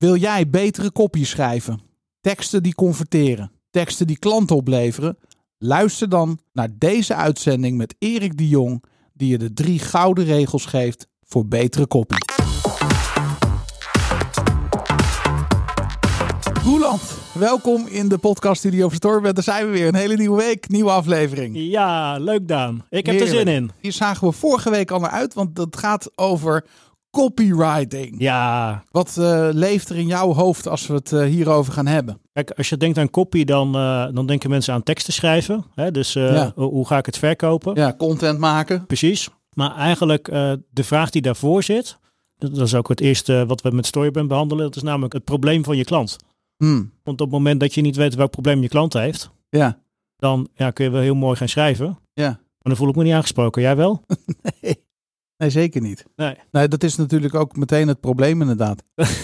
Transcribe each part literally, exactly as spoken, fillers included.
Wil jij betere kopie schrijven? Teksten die converteren? Teksten die klanten opleveren? Luister dan naar deze uitzending met Erik de Jong, die je de drie gouden regels geeft voor betere kopie. Roeland, welkom in de podcaststudio van Storybrand. Daar zijn we weer. Een hele nieuwe week, nieuwe aflevering. Ja, leuk Daan. Ik heb Heerlijk. er zin in. Hier zagen we vorige week al naar uit, want dat gaat over copywriting. Ja. Wat uh, leeft er in jouw hoofd als we het uh, hierover gaan hebben? Kijk, als je denkt aan copy, dan, uh, dan denken mensen aan teksten schrijven. Hè? Dus uh, ja. hoe ga ik het verkopen? Ja, content maken. Precies. Maar eigenlijk uh, de vraag die daarvoor zit, dat is ook het eerste wat we met Storybrand behandelen. Dat is namelijk het probleem van je klant. Hmm. Want op het moment dat je niet weet welk probleem je klant heeft, ja. dan ja, kun je wel heel mooi gaan schrijven. Ja. Maar dan voel ik me niet aangesproken. Jij wel? nee. nee, zeker niet. Nee. nee, dat is natuurlijk ook meteen het probleem inderdaad.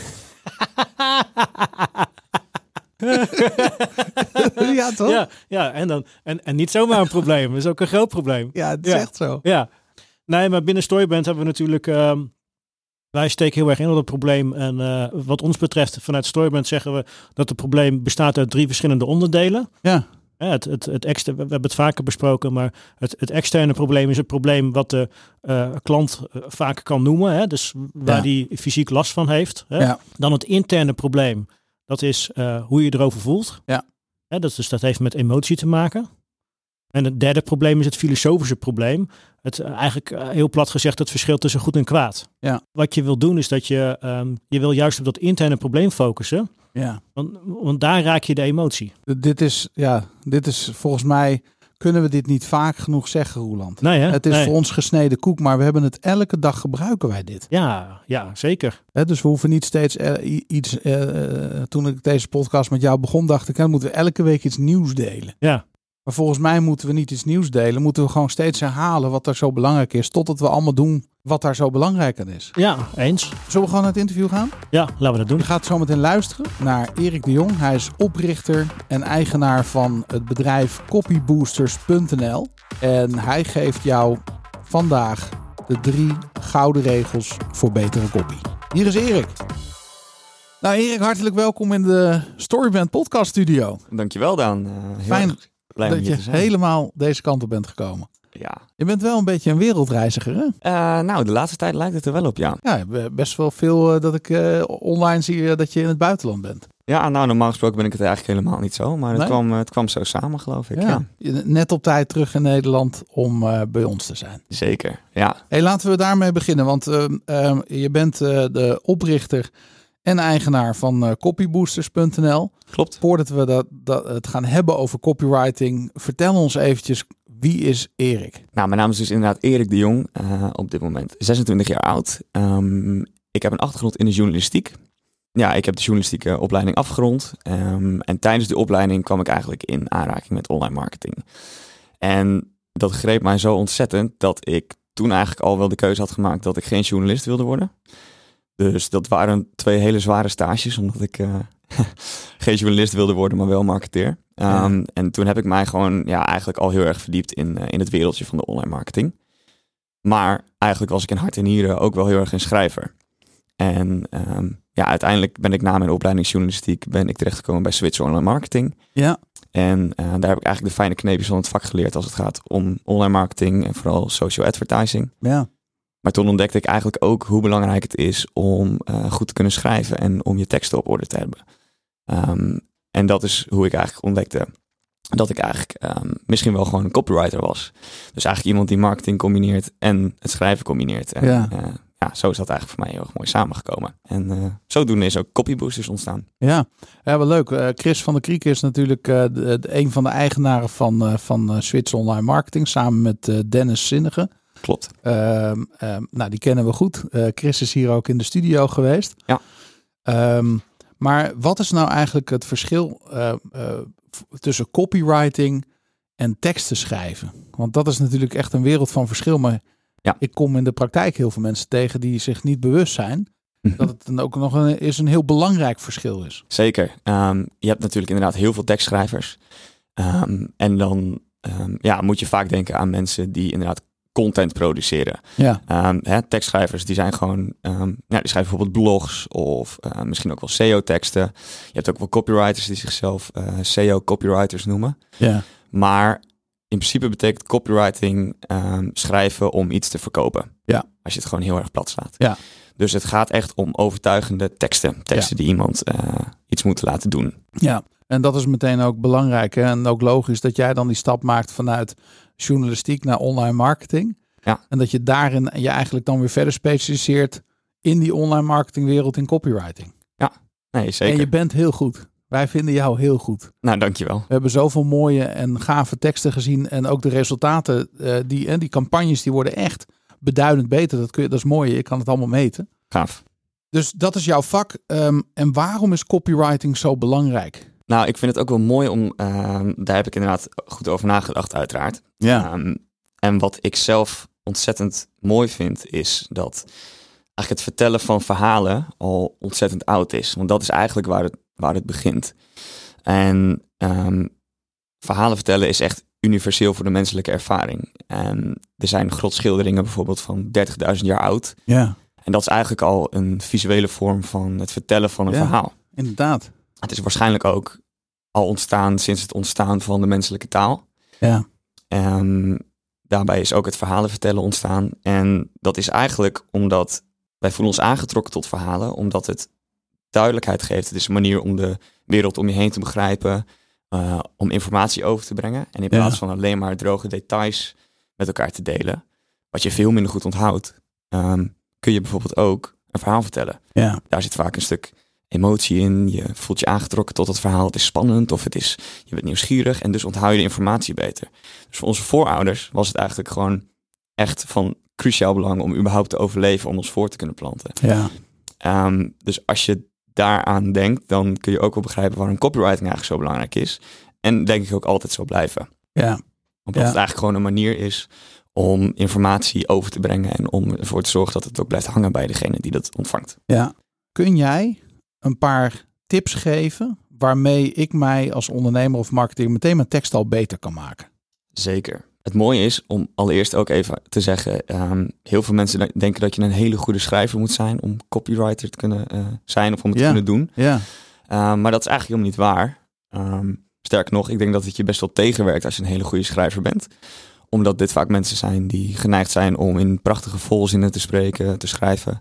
ja, toch? Ja, ja en, dan, en, en niet zomaar een probleem. Dat is ook een groot probleem. Ja, het is ja. echt zo. Ja. Nee, maar binnen Storybrand hebben we natuurlijk... Uh, wij steken heel erg in op het probleem. En uh, wat ons betreft, vanuit Storybrand zeggen we dat het probleem bestaat uit drie verschillende onderdelen. Ja. Ja, het, het, het exter- we hebben het vaker besproken, maar het, het externe probleem is het probleem wat de uh, klant uh, vaak kan noemen. Hè? Dus waar ja. die fysiek last van heeft. Hè? Ja. Dan het interne probleem. Dat is uh, hoe je erover voelt. Ja. Hè, dat, dus dat heeft met emotie te maken. En het derde probleem is het filosofische probleem. Het uh, eigenlijk uh, heel plat gezegd het verschil tussen goed en kwaad. Ja. Wat je wil doen is dat je, um, je wil juist op dat interne probleem focussen. Ja. Want, want daar raak je de emotie. D- dit is, ja, dit is volgens mij, kunnen we dit niet vaak genoeg zeggen, Roeland. Nee, hè? Het is nee. voor ons gesneden koek, maar we hebben het elke dag gebruiken wij dit. Ja, ja, zeker. He, dus we hoeven niet steeds uh, iets, uh, toen ik deze podcast met jou begon, dacht ik, dan moeten we elke week iets nieuws delen. Ja. Maar volgens mij moeten we niet iets nieuws delen. Moeten we gewoon steeds herhalen wat er zo belangrijk is. Totdat we allemaal doen wat daar zo belangrijk aan is. Ja, eens. Zullen we gewoon naar het interview gaan? Ja, laten we dat doen. Je gaat zo meteen luisteren naar Erik de Jong. Hij is oprichter en eigenaar van het bedrijf copyboosters punt n l. En hij geeft jou vandaag de drie gouden regels voor betere copy. Hier is Erik. Nou Erik, hartelijk welkom in de Storybrand podcast studio. Dankjewel Daan. Uh, heel Fijn blij dat om je hier te zijn. helemaal deze kant op bent gekomen. Ja. Je bent wel een beetje een wereldreiziger, hè? Uh, nou, de laatste tijd lijkt het er wel op, ja. Ja, best wel veel uh, dat ik uh, online zie uh, dat je in het buitenland bent. Ja, nou, normaal gesproken ben ik het eigenlijk helemaal niet zo. Maar het, nee? kwam, het kwam zo samen, geloof ik. Ja. Ja. Net op tijd terug in Nederland om uh, bij ons te zijn. Zeker, ja. Hey, laten we daarmee beginnen, want uh, uh, je bent uh, de oprichter en eigenaar van uh, copyboosters punt n l. Klopt. Voordat we dat, dat, het gaan hebben over copywriting, vertel ons eventjes, wie is Erik? Nou, mijn naam is dus inderdaad Erik de Jong. Uh, op dit moment zesentwintig jaar oud. Um, ik heb een achtergrond in de journalistiek. Ja, ik heb de journalistieke opleiding afgerond. Um, en tijdens de opleiding kwam ik eigenlijk in aanraking met online marketing. En dat greep mij zo ontzettend dat ik toen eigenlijk al wel de keuze had gemaakt dat ik geen journalist wilde worden. Dus dat waren twee hele zware stages, omdat ik uh, geen journalist wilde worden, maar wel marketeer. Um, ja. En toen heb ik mij gewoon ja, eigenlijk al heel erg verdiept in, uh, in het wereldje van de online marketing. Maar eigenlijk was ik in hart en nieren ook wel heel erg een schrijver. En um, ja, uiteindelijk ben ik na mijn opleiding journalistiek ben ik terechtgekomen bij Switch Online Marketing. Ja. En uh, daar heb ik eigenlijk de fijne kneepjes van het vak geleerd als het gaat om online marketing en vooral social advertising. Ja. Maar toen ontdekte ik eigenlijk ook hoe belangrijk het is om uh, goed te kunnen schrijven en om je teksten op orde te hebben. Um, en dat is hoe ik eigenlijk ontdekte dat ik eigenlijk um, misschien wel gewoon een copywriter was. Dus eigenlijk iemand die marketing combineert en het schrijven combineert. En, ja. Uh, ja, zo is dat eigenlijk voor mij heel erg mooi samengekomen. En uh, zodoende is ook Copyboosters ontstaan. Ja, ja wel leuk. Uh, Chris van der Kriek is natuurlijk uh, de, de, een van de eigenaren van, uh, van uh, Switch Online Marketing, samen met uh, Dennis Zinnige. Klopt. Uh, uh, nou, die kennen we goed. Uh, Chris is hier ook in de studio geweest. Ja. Um, maar wat is nou eigenlijk het verschil uh, uh, tussen copywriting en teksten schrijven? Want dat is natuurlijk echt een wereld van verschil. Maar ja. ik kom in de praktijk heel veel mensen tegen die zich niet bewust zijn mm-hmm. dat het dan ook nog een, is een heel belangrijk verschil is. Zeker. Um, je hebt natuurlijk inderdaad heel veel tekstschrijvers. Um, en dan um, ja, moet je vaak denken aan mensen die inderdaad content produceren. Ja. Um, hè, tekstschrijvers die zijn gewoon, um, ja, die schrijven bijvoorbeeld blogs of uh, misschien ook wel S E O-teksten. Je hebt ook wel copywriters die zichzelf uh, S E O-copywriters noemen. Ja. Maar in principe betekent copywriting um, schrijven om iets te verkopen. Ja. Als je het gewoon heel erg plat slaat. Ja. Dus het gaat echt om overtuigende teksten. Teksten ja. die iemand uh, iets moeten laten doen. Ja, en dat is meteen ook belangrijk. Hè? En ook logisch dat jij dan die stap maakt vanuit journalistiek naar online marketing. Ja. En dat je daarin je eigenlijk dan weer verder specialiseert in die online marketingwereld in copywriting. Ja, nee, zeker. En je bent heel goed. Wij vinden jou heel goed. Nou, dankjewel. We hebben zoveel mooie en gave teksten gezien. En ook de resultaten, uh, die, en die campagnes, die worden echt beduidend beter. Dat, kun je, dat is mooi, je kan het allemaal meten. Gaaf. Dus dat is jouw vak. Um, en waarom is copywriting zo belangrijk? Nou, ik vind het ook wel mooi om, uh, daar heb ik inderdaad goed over nagedacht uiteraard. Ja. Um, en wat ik zelf ontzettend mooi vind, is dat eigenlijk het vertellen van verhalen al ontzettend oud is. Want dat is eigenlijk waar het, waar het begint. En um, verhalen vertellen is echt universeel voor de menselijke ervaring. En er zijn grotschilderingen bijvoorbeeld van dertigduizend jaar oud. Ja. En dat is eigenlijk al een visuele vorm van het vertellen van een ja, verhaal. Inderdaad. Het is waarschijnlijk ook al ontstaan sinds het ontstaan van de menselijke taal. Ja. Um, daarbij is ook het verhalen vertellen ontstaan. En dat is eigenlijk omdat wij voelen ons aangetrokken tot verhalen, omdat het duidelijkheid geeft. Het is een manier om de wereld om je heen te begrijpen, uh, om informatie over te brengen. En in ja. plaats van alleen maar droge details met elkaar te delen, wat je veel minder goed onthoudt, um, kun je bijvoorbeeld ook een verhaal vertellen. Ja. Daar zit vaak een stuk emotie in. Je voelt je aangetrokken tot het verhaal. Het is spannend of het is, je bent nieuwsgierig en dus onthoud je de informatie beter. Dus voor onze voorouders was het eigenlijk gewoon echt van cruciaal belang om überhaupt te overleven, om ons voor te kunnen planten. Ja. Um, dus als je daaraan denkt, dan kun je ook wel begrijpen waarom copywriting eigenlijk zo belangrijk is. En denk ik ook altijd zo blijven. Ja. Omdat ja. het eigenlijk gewoon een manier is om informatie over te brengen en om ervoor te zorgen dat het ook blijft hangen bij degene die dat ontvangt. Ja. Kun jij een paar tips geven waarmee ik mij als ondernemer of marketeer meteen mijn tekst al beter kan maken? Zeker. Het mooie is om allereerst ook even te zeggen, um, heel veel mensen denken dat je een hele goede schrijver moet zijn om copywriter te kunnen uh, zijn of om het ja. te kunnen doen. Ja. Um, maar dat is eigenlijk helemaal niet waar. Um, sterker nog, ik denk dat het je best wel tegenwerkt als je een hele goede schrijver bent. Omdat dit vaak mensen zijn die geneigd zijn om in prachtige volzinnen te spreken, te schrijven.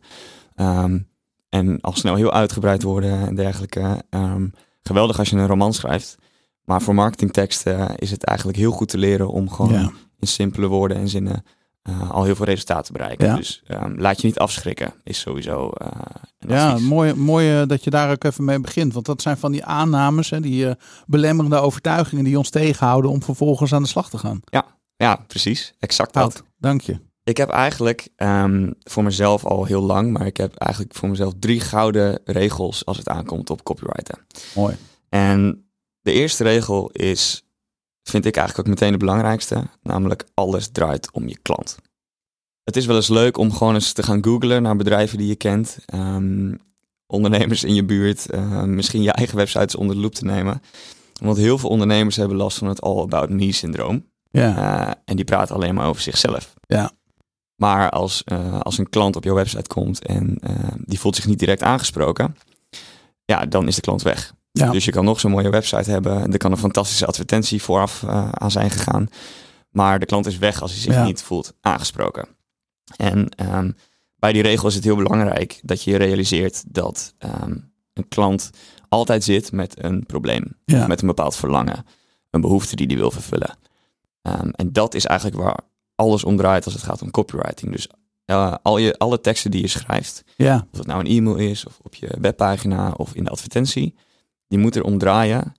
Um, en al snel heel uitgebreid worden en dergelijke. Um, geweldig als je een roman schrijft. Maar voor marketingteksten uh, is het eigenlijk heel goed te leren om gewoon ja. in simpele woorden en zinnen uh, al heel veel resultaten te bereiken. Ja. Dus um, laat je niet afschrikken, is sowieso uh, een Ja, advies. mooi, mooi dat je daar ook even mee begint. Want dat zijn van die aannames, hè, die uh, belemmerende overtuigingen die ons tegenhouden om vervolgens aan de slag te gaan. Ja, ja precies. Exact dat. Houd, dank je. Ik heb eigenlijk um, voor mezelf al heel lang, maar ik heb eigenlijk voor mezelf drie gouden regels als het aankomt op copywriten. Mooi. En de eerste regel is, vind ik eigenlijk ook meteen de belangrijkste, namelijk alles draait om je klant. Het is wel eens leuk om gewoon eens te gaan googlen naar bedrijven die je kent, um, ondernemers in je buurt, uh, misschien je eigen websites onder de loep te nemen. Want heel veel ondernemers hebben last van het all about me syndroom. Ja. Uh, en die praten alleen maar over zichzelf. Ja. Maar als, uh, als een klant op jouw website komt en uh, die voelt zich niet direct aangesproken, ja, dan is de klant weg. Ja. Dus je kan nog zo'n mooie website hebben. Er kan een fantastische advertentie vooraf uh, aan zijn gegaan. Maar de klant is weg als hij zich ja. niet voelt aangesproken. En um, bij die regel is het heel belangrijk dat je realiseert dat um, een klant altijd zit met een probleem. Ja. Of met een bepaald verlangen. Een behoefte die hij wil vervullen. Um, en dat is eigenlijk waar alles om draait als het gaat om copywriting. Dus uh, al je, alle teksten die je schrijft, ja. of het nou een e-mail is of op je webpagina of in de advertentie, die moet er om draaien.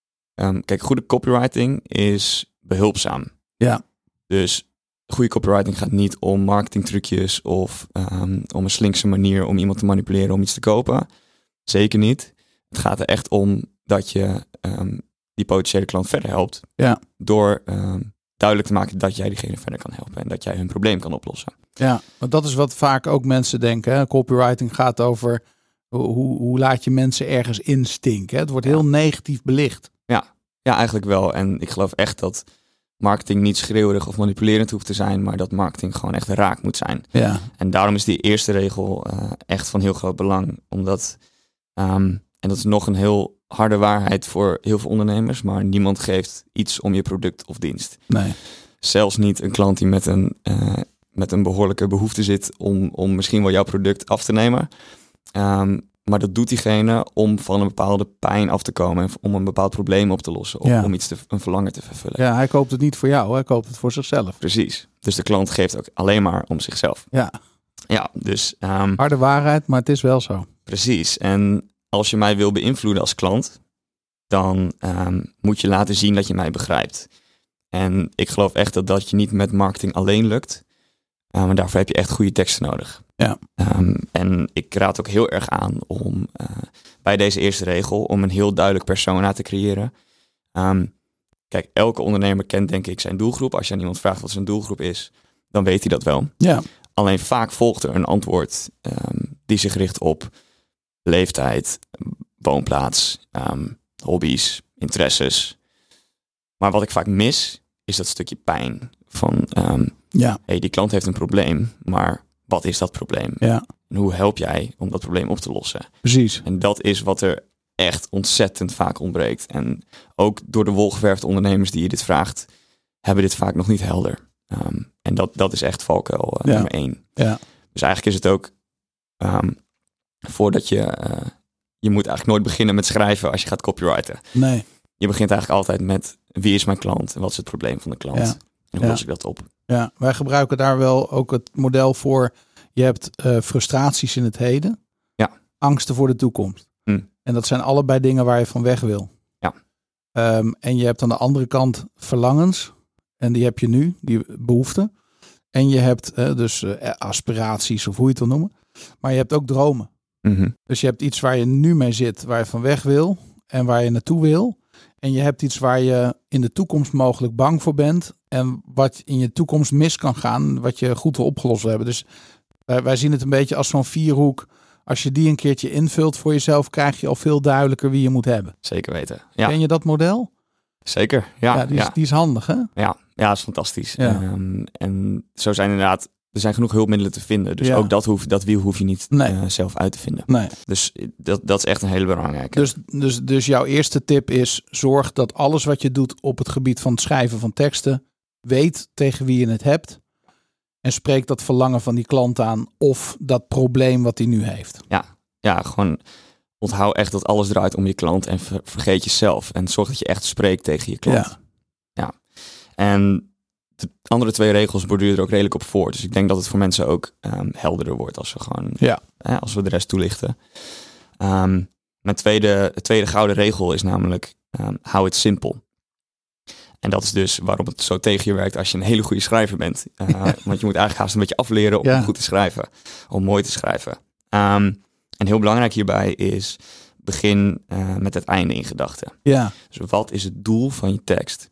Um, kijk, goede copywriting is behulpzaam. Ja. Dus goede copywriting gaat niet om marketingtrucjes of um, om een slinkse manier om iemand te manipuleren om iets te kopen. Zeker niet. Het gaat er echt om dat je um, die potentiële klant verder helpt. Ja. Door um, duidelijk te maken dat jij diegene verder kan helpen en dat jij hun probleem kan oplossen. Ja, want dat is wat vaak ook mensen denken. Hè? Copywriting gaat over hoe, hoe laat je mensen ergens instinken. Het wordt heel ja. negatief belicht. Ja. ja, eigenlijk wel. En ik geloof echt dat marketing niet schreeuwerig of manipulerend hoeft te zijn, maar dat marketing gewoon echt raak moet zijn. Ja. En daarom is die eerste regel uh, echt van heel groot belang. Omdat, um, en dat is nog een heel harde waarheid voor heel veel ondernemers, maar niemand geeft iets om je product of dienst. Nee. Zelfs niet een klant die met een, uh, met een behoorlijke behoefte zit om, om misschien wel jouw product af te nemen. Um, maar dat doet diegene om van een bepaalde pijn af te komen en om een bepaald probleem op te lossen of Ja. om iets te, een verlangen te vervullen. Ja, hij koopt het niet voor jou, hij koopt het voor zichzelf. Precies. Dus de klant geeft ook alleen maar om zichzelf. Ja, Ja, dus... Um, harde waarheid, maar het is wel zo. Precies. En als je mij wil beïnvloeden als klant, dan um, moet je laten zien dat je mij begrijpt. En ik geloof echt dat dat je niet met marketing alleen lukt. Uh, maar daarvoor heb je echt goede teksten nodig. Ja. Um, en ik raad ook heel erg aan om uh, bij deze eerste regel om een heel duidelijk persona te creëren. Um, kijk, elke ondernemer kent denk ik zijn doelgroep. Als je aan iemand vraagt wat zijn doelgroep is, dan weet hij dat wel. Ja. Alleen vaak volgt er een antwoord um, die zich richt op leeftijd, woonplaats, um, hobby's, interesses. Maar wat ik vaak mis, is dat stukje pijn van... Um, Ja. hey, die klant heeft een probleem, maar wat is dat probleem? Ja, En hoe help jij om dat probleem op te lossen? precies. En dat is wat er echt ontzettend vaak ontbreekt. En ook door de wol geverfde ondernemers die je dit vraagt, hebben dit vaak nog niet helder. Um, en dat, dat is echt valkuil uh, Ja. nummer één. Ja. Dus eigenlijk is het ook, um, voordat je, uh, je moet eigenlijk nooit beginnen met schrijven als je gaat copywriten. Nee. Je begint eigenlijk altijd met wie is mijn klant en wat is het probleem van de klant? Ja. En hoe Ja. los ik dat op? Ja, wij gebruiken daar wel ook het model voor. Je hebt uh, frustraties in het heden. Ja. Angsten voor de toekomst. Hm. En dat zijn allebei dingen waar je van weg wil. Ja. Um, en je hebt aan de andere kant verlangens. En die heb je nu, die behoeften. En je hebt uh, dus uh, aspiraties of hoe je het wil noemen. Maar je hebt ook dromen. Mm-hmm. Dus je hebt iets waar je nu mee zit, waar je van weg wil. En waar je naartoe wil. En je hebt iets waar je in de toekomst mogelijk bang voor bent. En wat in je toekomst mis kan gaan. Wat je goed wil opgelost wil hebben. Dus wij, wij zien het een beetje als zo'n vierhoek. Als je die een keertje invult voor jezelf, krijg je al veel duidelijker wie je moet hebben. Zeker weten. Ja, Ken je dat model? zeker. Ja, Ja, die, is, ja. die is handig, hè? Ja, ja, dat is fantastisch. Ja. Um, en zo zijn inderdaad, er zijn genoeg hulpmiddelen te vinden. Dus Ja. ook dat, hoef, dat wiel hoef je niet Nee. uh, zelf uit te vinden. Nee. Dus dat, dat is echt een hele belangrijke. Dus, dus, dus jouw eerste tip is: zorg dat alles wat je doet op het gebied van het schrijven van teksten, weet tegen wie je het hebt. En spreek dat verlangen van die klant aan of dat probleem wat hij nu heeft. Ja, gewoon onthoud echt dat alles draait om je klant en ver- vergeet jezelf. En zorg dat je echt spreekt tegen je klant. Ja. Ja. En de andere twee regels borduren er ook redelijk op voor. Dus ik denk dat het voor mensen ook um, helderder wordt als we gewoon, Ja. eh, als we de rest toelichten. Um, mijn tweede, tweede gouden regel is namelijk um, hou het simpel. En dat is dus waarom het zo tegen je werkt als je een hele goede schrijver bent. Uh, Ja. Want je moet eigenlijk haast een beetje afleren om Ja. goed te schrijven. Om mooi te schrijven. Um, en heel belangrijk hierbij is begin uh, met het einde in gedachten. Ja. Dus wat is het doel van je tekst?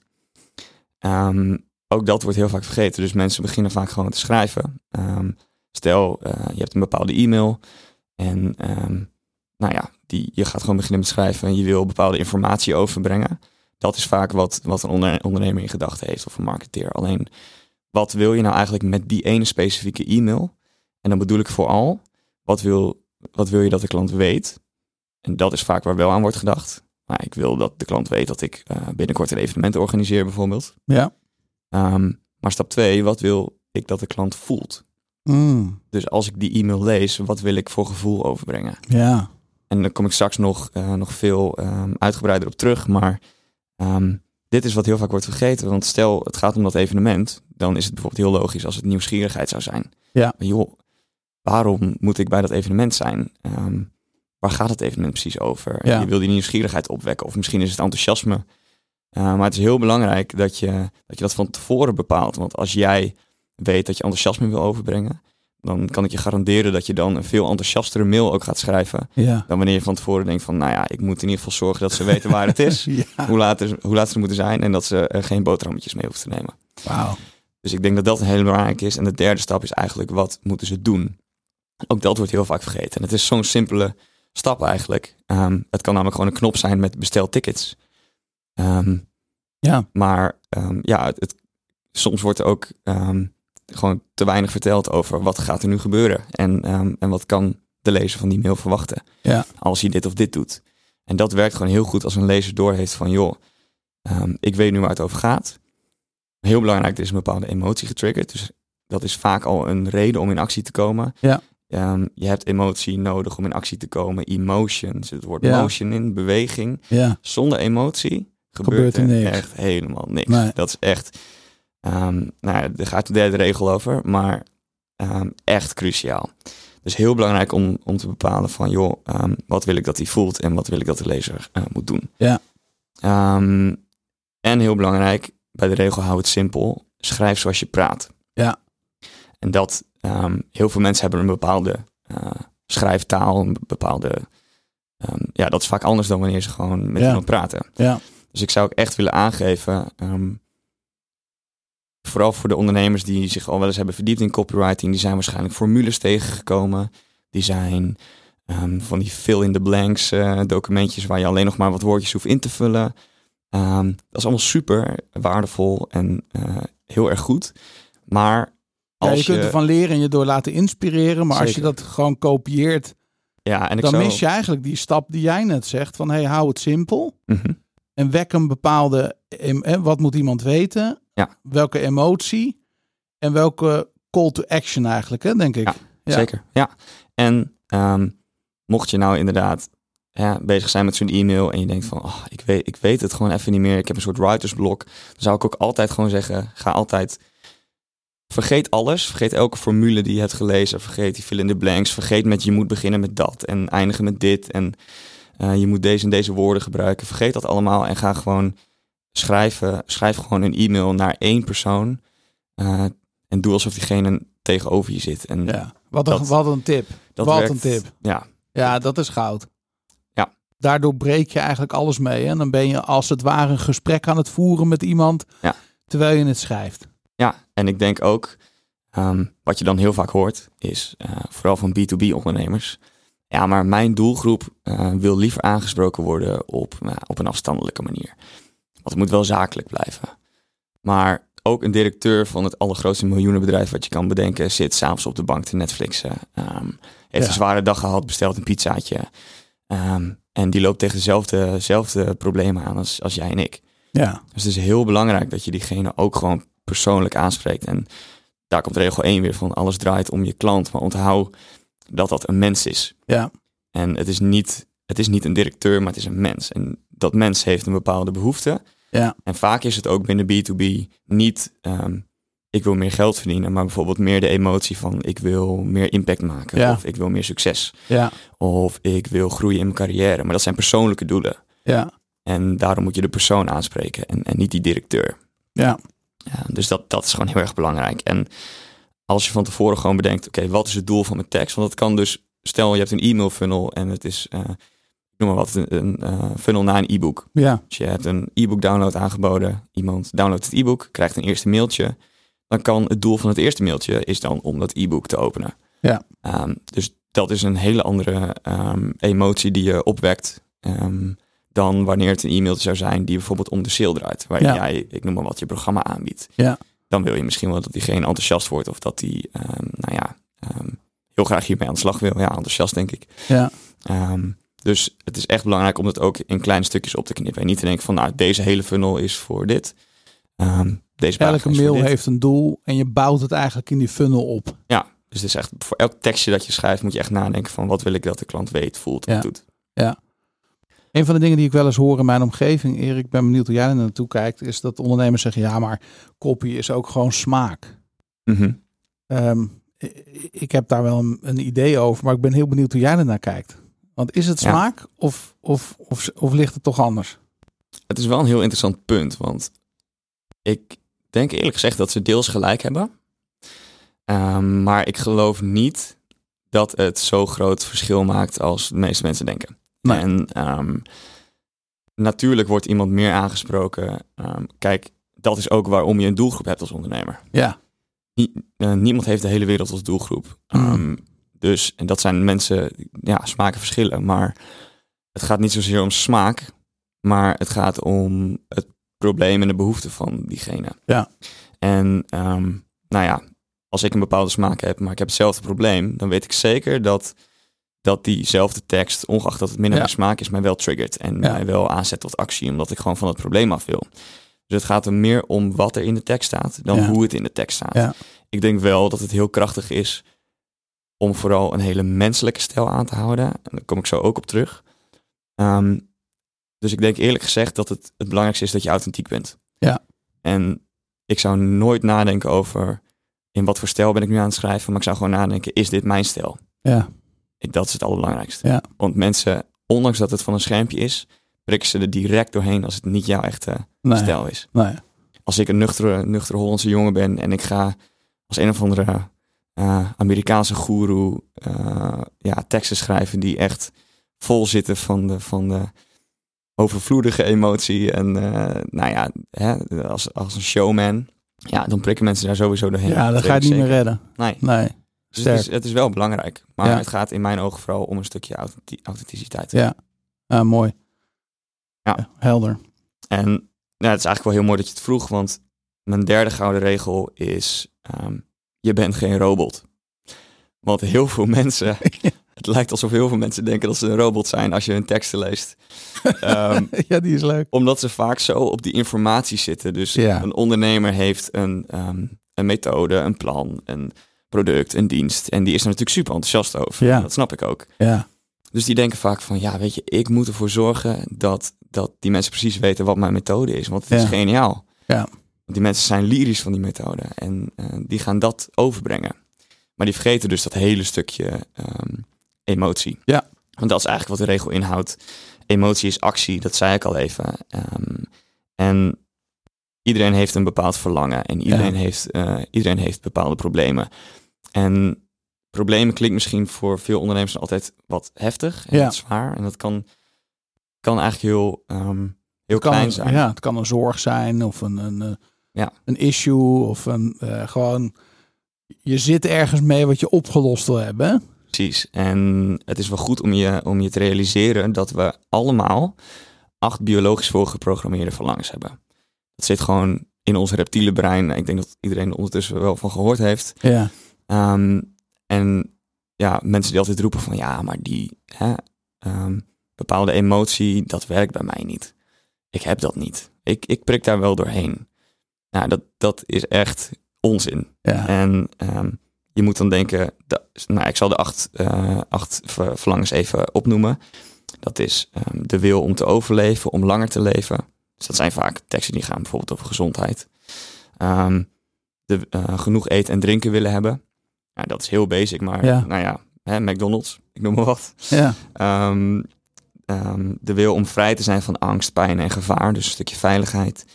Um, ook dat wordt heel vaak vergeten. Dus mensen beginnen vaak gewoon te schrijven. Um, stel, uh, je hebt een bepaalde e-mail. En um, nou ja, die, je gaat gewoon beginnen met schrijven. En je wil bepaalde informatie overbrengen. Dat is vaak wat, wat een onder, ondernemer in gedachten heeft of een marketeer. Alleen, wat wil je nou eigenlijk met die ene specifieke e-mail? En dan bedoel ik vooral, wat wil, wat wil je dat de klant weet? En dat is vaak waar wel aan wordt gedacht. Nou, ik wil dat de klant weet dat ik uh, binnenkort een evenement organiseer bijvoorbeeld. Ja. Um, maar stap twee, wat wil ik dat de klant voelt? Mm. Dus als ik die e-mail lees, wat wil ik voor gevoel overbrengen? Ja. En daar kom ik straks nog, uh, nog veel um, uitgebreider op terug. Maar um, dit is wat heel vaak wordt vergeten. Want stel, het gaat om dat evenement. Dan is het bijvoorbeeld heel logisch als het nieuwsgierigheid zou zijn. Ja. Maar joh, waarom moet ik bij dat evenement zijn? Um, waar gaat het evenement precies over? Ja. Je wil die nieuwsgierigheid opwekken. Of misschien is het enthousiasme. Uh, maar het is heel belangrijk dat je, dat je dat van tevoren bepaalt. Want als jij weet dat je enthousiasme wil overbrengen, dan kan ik je garanderen dat je dan een veel enthousiastere mail ook gaat schrijven. Ja. Dan wanneer je van tevoren denkt van, nou ja, ik moet in ieder geval zorgen dat ze weten waar het is. Ja. Hoe laat, er, hoe laat ze moeten zijn en dat ze er geen boterhammetjes mee hoeven te nemen. Wauw. Dus ik denk dat dat een hele belangrijke is. En de derde stap is eigenlijk, wat moeten ze doen? Ook dat wordt heel vaak vergeten. En het is zo'n simpele stap eigenlijk. Um, het kan namelijk gewoon een knop zijn met bestel tickets. Um, Ja. Maar um, ja, het, het, soms wordt er ook um, gewoon te weinig verteld over wat gaat er nu gebeuren. En, um, en wat kan de lezer van die mail verwachten. Ja. Als hij dit of dit doet. En dat werkt gewoon heel goed als een lezer doorheeft van joh, um, ik weet nu waar het over gaat. Heel belangrijk, er is een bepaalde emotie getriggerd. Dus dat is vaak al een reden om in actie te komen. Ja. Um, je hebt emotie nodig om in actie te komen. Emotions, het woord Ja. motion in, beweging. Ja. Zonder emotie gebeurt, Gebeurt er er niks. echt helemaal niks. Nee. Dat is echt, um, nou ja, er gaat de derde regel over, maar um, echt cruciaal. Dus heel belangrijk om, om te bepalen van, joh, um, wat wil ik dat hij voelt en wat wil ik dat de lezer uh, moet doen. Ja. Um, en heel belangrijk, bij de regel hou het simpel, schrijf zoals je praat. Ja. En dat, um, heel veel mensen hebben een bepaalde uh, schrijftaal, een bepaalde, um, ja, dat is vaak anders dan wanneer ze gewoon met Ja. iemand praten. Ja. Dus ik zou ook echt willen aangeven, um, vooral voor de ondernemers die zich al wel eens hebben verdiept in copywriting, die zijn waarschijnlijk formules tegengekomen. Die zijn um, van die fill-in-the-blanks uh, documentjes waar je alleen nog maar wat woordjes hoeft in te vullen. Um, dat is allemaal super waardevol en uh, heel erg goed. Maar Ja, als je kunt ervan leren en je door laten inspireren. Maar als je Zeker. dat gewoon kopieert, ja, en ik dan zou, mis je eigenlijk die stap die jij net zegt. Van hey, hou het simpel. Mm-hmm. En wek een bepaalde, em- eh, wat moet iemand weten? Ja. Welke emotie? En welke call to action eigenlijk, hè, denk ik. Ja. Ja. Zeker, ja. En um, mocht je nou inderdaad ja, bezig zijn met zo'n e-mail en je denkt van, oh, ik, weet, ik weet het gewoon even niet meer. Ik heb een soort writersblok. Dan zou ik ook altijd gewoon zeggen, ga altijd, vergeet alles. Vergeet elke formule die je hebt gelezen. Vergeet die fill-in-the-blanks. Vergeet met je moet beginnen met dat en eindigen met dit. En uh, je moet deze en deze woorden gebruiken. Vergeet dat allemaal en ga gewoon schrijven. Schrijf gewoon een e-mail naar één persoon. Uh, en doe alsof diegene tegenover je zit. En Ja. Wat, een, Dat- wat een tip. dat wat werkt, een tip. Ja, Ja, dat is goud. Ja. Daardoor breek je eigenlijk alles mee. En dan ben je als het ware een gesprek aan het voeren met iemand Ja. terwijl je het schrijft. ja, en ik denk ook, um, wat je dan heel vaak hoort, is uh, vooral van B twee B ondernemers. Ja, maar mijn doelgroep uh, wil liever aangesproken worden op, uh, op een afstandelijke manier. Want het moet wel zakelijk blijven. Maar ook een directeur van het allergrootste miljoenenbedrijf wat je kan bedenken, zit s'avonds op de bank te Netflixen. Um, heeft Ja. een zware dag gehad, bestelt een pizzaatje. Um, en die loopt tegen dezelfde, dezelfde problemen aan als, als jij en ik. Ja. Dus het is heel belangrijk dat je diegene ook gewoon persoonlijk aanspreekt. En daar komt regel één weer van, alles draait om je klant. Maar onthoud dat dat een mens is. Ja. En het is niet, het is niet een directeur, maar het is een mens. En dat mens heeft een bepaalde behoefte. Ja. En vaak is het ook binnen B twee B niet, um, ik wil meer geld verdienen, maar bijvoorbeeld meer de emotie van, ik wil meer impact maken. Ja. Of ik wil meer succes. Ja. Of ik wil groeien in mijn carrière. Maar dat zijn persoonlijke doelen. Ja. En daarom moet je de persoon aanspreken en, en niet die directeur. Ja. Ja, dus dat, dat is gewoon heel erg belangrijk. En als je van tevoren gewoon bedenkt, oké, okay, wat is het doel van mijn tekst? Want dat kan dus, stel je hebt een e-mail funnel en het is, uh, noem maar wat, een, een uh, funnel naar een e-book. Ja. Dus je hebt een e-book download aangeboden. Iemand downloadt het e-book, krijgt een eerste mailtje. Dan kan het doel van het eerste mailtje is dan om dat e-book te openen. Ja. Um, dus dat is een hele andere um, emotie die je opwekt um, dan wanneer het een e-mailtje zou zijn die bijvoorbeeld om de sale draait. Waar Ja. jij, ik noem maar wat, je programma aanbiedt. Ja. Dan wil je misschien wel dat diegene enthousiast wordt of dat die, um, nou ja, um, heel graag hiermee aan de slag wil. Ja, enthousiast denk ik. Ja. Um, dus het is echt belangrijk om het ook in kleine stukjes op te knippen. En niet te denken van, nou, deze hele funnel is voor dit. Um, deze Elke pagina is voor mail dit. heeft een doel en je bouwt het eigenlijk in die funnel op. Ja, dus het is echt, voor elk tekstje dat je schrijft moet je echt nadenken van, wat wil ik dat de klant weet, voelt, Ja. wat doet. Ja. Een van de dingen die ik wel eens hoor in mijn omgeving, Erik, ik ben benieuwd hoe jij er naartoe kijkt, is dat ondernemers zeggen, ja, maar copy is ook gewoon smaak. Mm-hmm. Um, ik heb daar wel een, een idee over, maar ik ben heel benieuwd hoe jij er naar kijkt. Want is het Ja. smaak of, of, of, of ligt het toch anders? Het is wel een heel interessant punt, want ik denk eerlijk gezegd dat ze deels gelijk hebben. Um, maar ik geloof niet dat het zo groot verschil maakt als de meeste mensen denken. Nee. En um, natuurlijk wordt iemand meer aangesproken. Um, kijk, dat is ook waarom je een doelgroep hebt als ondernemer. Ja. Nie, uh, niemand heeft de hele wereld als doelgroep. Mm. Um, dus, en dat zijn mensen, ja, smaken verschillen. Maar het gaat niet zozeer om smaak, maar het gaat om het probleem en de behoeften van diegene. Ja. En um, nou ja, als ik een bepaalde smaak heb, maar ik heb hetzelfde probleem, dan weet ik zeker dat, dat diezelfde tekst, ongeacht dat het minder ja. mijn smaak is, mij wel triggert. En ja. mij wel aanzet tot actie, omdat ik gewoon van het probleem af wil. Dus het gaat er meer om wat er in de tekst staat, dan ja. hoe het in de tekst staat. Ja. Ik denk wel dat het heel krachtig is om vooral een hele menselijke stijl aan te houden. En daar kom ik zo ook op terug. Um, dus ik denk eerlijk gezegd dat het het belangrijkste is dat je authentiek bent. Ja. En ik zou nooit nadenken over in wat voor stijl ben ik nu aan het schrijven, maar ik zou gewoon nadenken, is dit mijn stijl? Ja. Ik, dat is het allerbelangrijkste. Ja. Want mensen, ondanks dat het van een schermpje is, prikken ze er direct doorheen als het niet jouw echte nee. stijl is. Nee. Als ik een nuchtere, nuchtere Hollandse jongen ben en ik ga als een of andere uh, Amerikaanse goeroe uh, ja, teksten schrijven die echt vol zitten van de, van de overvloedige emotie en uh, nou ja, hè, als, als een showman, ja, dan prikken mensen daar sowieso doorheen. Ja, dan ga je het niet meer redden. Nee. nee. Dus het is, het is wel belangrijk, maar ja. het gaat in mijn ogen vooral om een stukje authenticiteit. Ja, ah, mooi. Ja. ja, helder. En nou, het is eigenlijk wel heel mooi dat je het vroeg, want mijn derde gouden regel is, um, je bent geen robot. Want heel veel mensen, het lijkt alsof heel veel mensen denken dat ze een robot zijn als je hun teksten leest. Um, ja, die is leuk. Omdat ze vaak zo op die informatie zitten. Dus ja. een ondernemer heeft een, um, een methode, een plan, een product, een dienst. En die is er natuurlijk super enthousiast over. Ja. Dat snap ik ook. Ja. Dus die denken vaak van, ja, weet je, ik moet ervoor zorgen dat, dat die mensen precies weten wat mijn methode is. Want het ja. is geniaal. Ja. Want die mensen zijn lyrisch van die methode. En uh, die gaan dat overbrengen. Maar die vergeten dus dat hele stukje um, emotie. Ja. Want dat is eigenlijk wat de regel inhoudt. Emotie is actie, dat zei ik al even. Um, en iedereen heeft een bepaald verlangen. En iedereen, ja. heeft, uh, iedereen heeft bepaalde problemen. En problemen klinkt misschien voor veel ondernemers altijd wat heftig en ja. wat zwaar. En dat kan, kan eigenlijk heel, um, heel kan, klein zijn. Ja, het kan een zorg zijn of een, een, ja. een issue of een uh, gewoon... Je zit ergens mee wat je opgelost wil hebben, hè? Precies. En het is wel goed om je, om je te realiseren dat we allemaal acht biologisch voorgeprogrammeerde verlangens hebben. Dat zit gewoon in ons reptiele brein. Ik denk dat iedereen er ondertussen wel van gehoord heeft. Ja. Um, en ja, mensen die altijd roepen van ja, maar die hè, um, bepaalde emotie, dat werkt bij mij niet. Ik heb dat niet. Ik, ik prik daar wel doorheen. Nou, dat, dat is echt onzin. Ja. En um, je moet dan denken, dat, nou, ik zal de acht, uh, acht verlangens even opnoemen. Dat is um, de wil om te overleven, om langer te leven. Dus dat zijn vaak teksten die gaan bijvoorbeeld over gezondheid. Um, de, uh, genoeg eten en drinken willen hebben. Nou, dat is heel basic, maar ja. nou ja, hè, McDonald's, ik noem maar wat. Ja. Um, um, de wil om vrij te zijn van angst, pijn en gevaar. Dus een stukje veiligheid.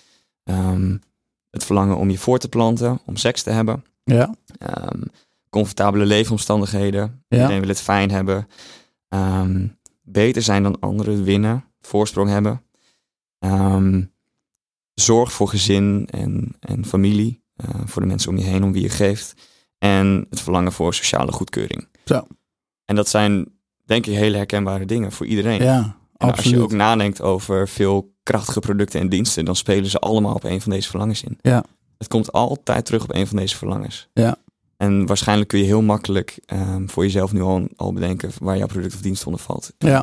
Um, het verlangen om je voor te planten, om seks te hebben. Ja. Um, comfortabele leefomstandigheden. Ja. Iedereen wil het fijn hebben. Um, beter zijn dan anderen, winnen, voorsprong hebben. Um, zorg voor gezin en, en familie. Uh, voor de mensen om je heen, om wie je geeft. En het verlangen voor sociale goedkeuring. Zo. En dat zijn, denk ik, hele herkenbare dingen voor iedereen. Ja, en absoluut. Als je ook nadenkt over veel krachtige producten en diensten, dan spelen ze allemaal op een van deze verlangens in. Ja. Het komt altijd terug op een van deze verlangens. Ja. En waarschijnlijk kun je heel makkelijk um, voor jezelf nu al, al bedenken waar jouw product of dienst onder valt. Ja.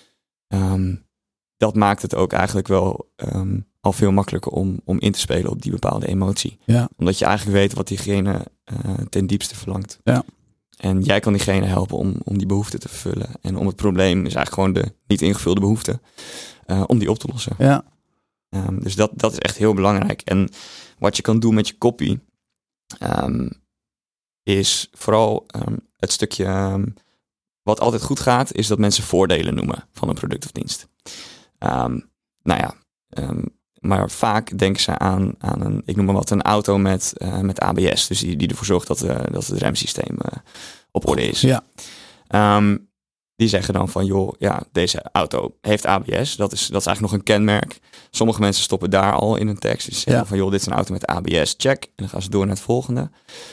Um, dat maakt het ook eigenlijk wel um, al veel makkelijker om, om in te spelen op die bepaalde emotie. Ja. Omdat je eigenlijk weet wat diegene uh, ten diepste verlangt. Ja. En jij kan diegene helpen om, om die behoefte te vervullen. En om het probleem, is eigenlijk gewoon de niet ingevulde behoefte, uh, om die op te lossen. Ja. Um, dus dat, dat is echt heel belangrijk. En wat je kan doen met je copy, um, is vooral um, het stukje, um, wat altijd goed gaat, is dat mensen voordelen noemen van een product of dienst. Um, nou ja, um, maar vaak denken ze aan, aan een, ik noem maar wat, een auto met, uh, met A B S. Dus die, die ervoor zorgt dat, uh, dat het remsysteem uh, op orde is. Ja. Um, die zeggen dan van, joh, ja, deze auto heeft A B S. Dat is, dat is eigenlijk nog een kenmerk. Sommige mensen stoppen daar al in een tekst. Dus zeggen ja. van, joh, dit is een auto met A B S, check. En dan gaan ze door naar het volgende.